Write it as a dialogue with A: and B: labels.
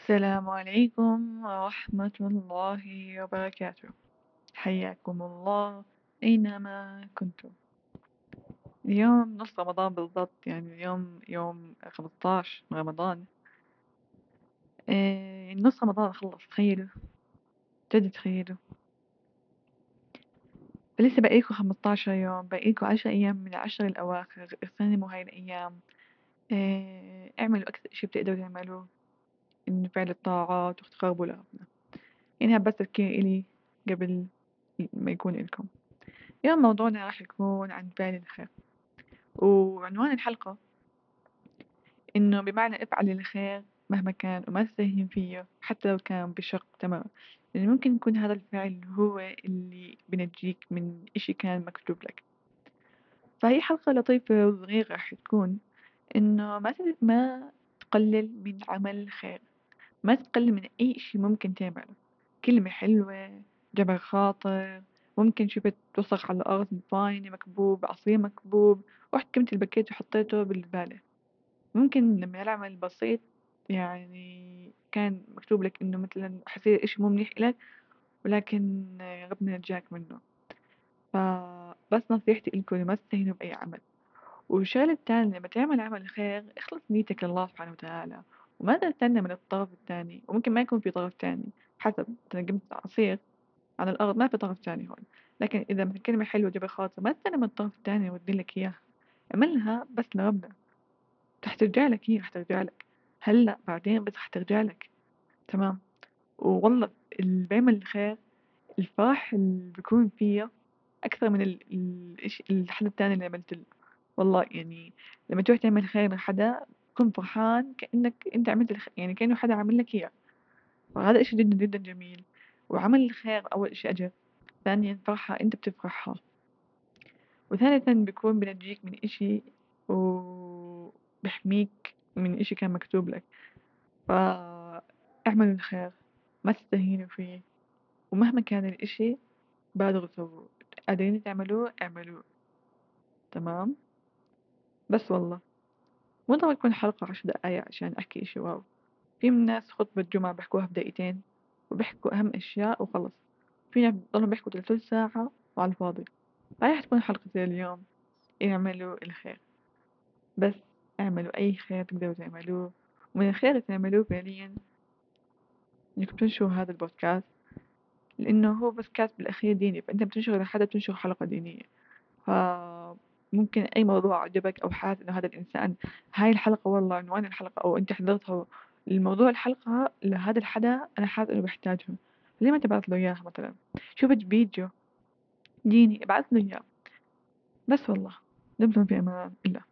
A: السلام عليكم ورحمة الله وبركاته. حياكم الله أينما كنتم. اليوم نص رمضان بالضبط، يعني اليوم يوم 15 رمضان. يعني نص رمضان خلص، تخيلوا، جد تخيلوا. فلسه بقيلكوا 15 يوم، بقيلكوا 10 أيام من العشر الأواخر، اغتنموا هاي الأيام. اعملوا أكثر إشي بتقدروا تعملوه من فعل الطاعات وتقربوا لربنا. إنها بس تذكير إلي قبل ما يكون إلكم. اليوم موضوعنا راح يكون عن فعل الخير، وعنوان الحلقة إنه بمعنى افعل الخير مهما كان وما تستهين فيه حتى لو كان بشق تمام، لأن ممكن يكون هذا الفعل هو اللي بنجيك من إشي كان مكتوب لك. فهي حلقة لطيفة وصغيرة راح تكون إنه ما تقلل من عمل الخير، ما تقلل من أي إشي ممكن تعمله. كلمة حلوة، جبر خاطر، ممكن شفت وسخ على الأرض فاينة مكبوب، عصير مكبوب، رحت كمت الباكيت وحطيته بالزبالة. ممكن لما العمل بسيط، يعني كان مكتوب لك إنه مثلا حصير إشي مو منيح إلك، ولكن ربنا نجاك منه. فبس نصيحتي إلكم ما تستهينوا بأي عمل. والشغلة التانية، لما تعمل عمل خير اخلص نيتك لله سبحانه وتعالى، وما تستنى من الطرف الثاني، وممكن ما يكون في طرف ثاني. حسب ترجمت عصير على الأرض، ما في طرف ثاني هون. لكن إذا من كلمة حلوة جبر خاطر، ما تستنى من الطرف الثاني يودي لك إياها. اعملها بس لربنا، رح ترجع لك، هي رح ترجع لك هلا بعدين، بس رح ترجع لك. تمام. والله اللي بيعمل الخير، الفرح اللي بيكون فيه أكثر من الحد التاني اللي عملت له. والله يعني لما تروح تعمل خير لحدا، تكون فرحان كأنك أنت عملت يعني كأنه حدا عامل لك إياه. وهذا إشي جدا جدا جميل. وعمل الخير أول إشي أجر، ثانيا فرحة أنت بتفرحها، وثالثا بيكون بنجيك من إشي وبحميك من إشي كان مكتوب لك. فاعملوا الخير، ما تستهينوا فيه، ومهما كان الإشي بادروا سووا. قادرين تعملوه اعملوه. تمام. بس والله مو ضروري تكون حلقة 10 دقايق عشان أحكي إشي واو. في من الناس خطبة جمعة بيحكوها بدقيقتين وبيحكوا أهم أشياء وخلص. في ناس بيضلوا بيحكوا 3 ساعة وعلى الفاضي. هاي حتكون حلقتي اليوم. اعملوا الخير، بس اعملوا أي خير تقدروا تعملوه. ومن الخير اللي تعملوه فعليا إنكم تنشروا هذا البودكاست، لأنه هو بودكاست بالأخير ديني، فأنت بتنشر لحدا بتنشر حلقة دينية. فممكن أي موضوع عجبك أو حاسس إنه هذا الإنسان، هاي الحلقة والله عنوان الحلقة أو أنت حضرتها الموضوع الحلقة لهذا الحدا، أنا حاسس إنه بحتاجهم. ليه ما تبعث له إياها مثلا؟ شفت فيديو ديني ابعث له إياه. بس والله دمتم في أمان الله.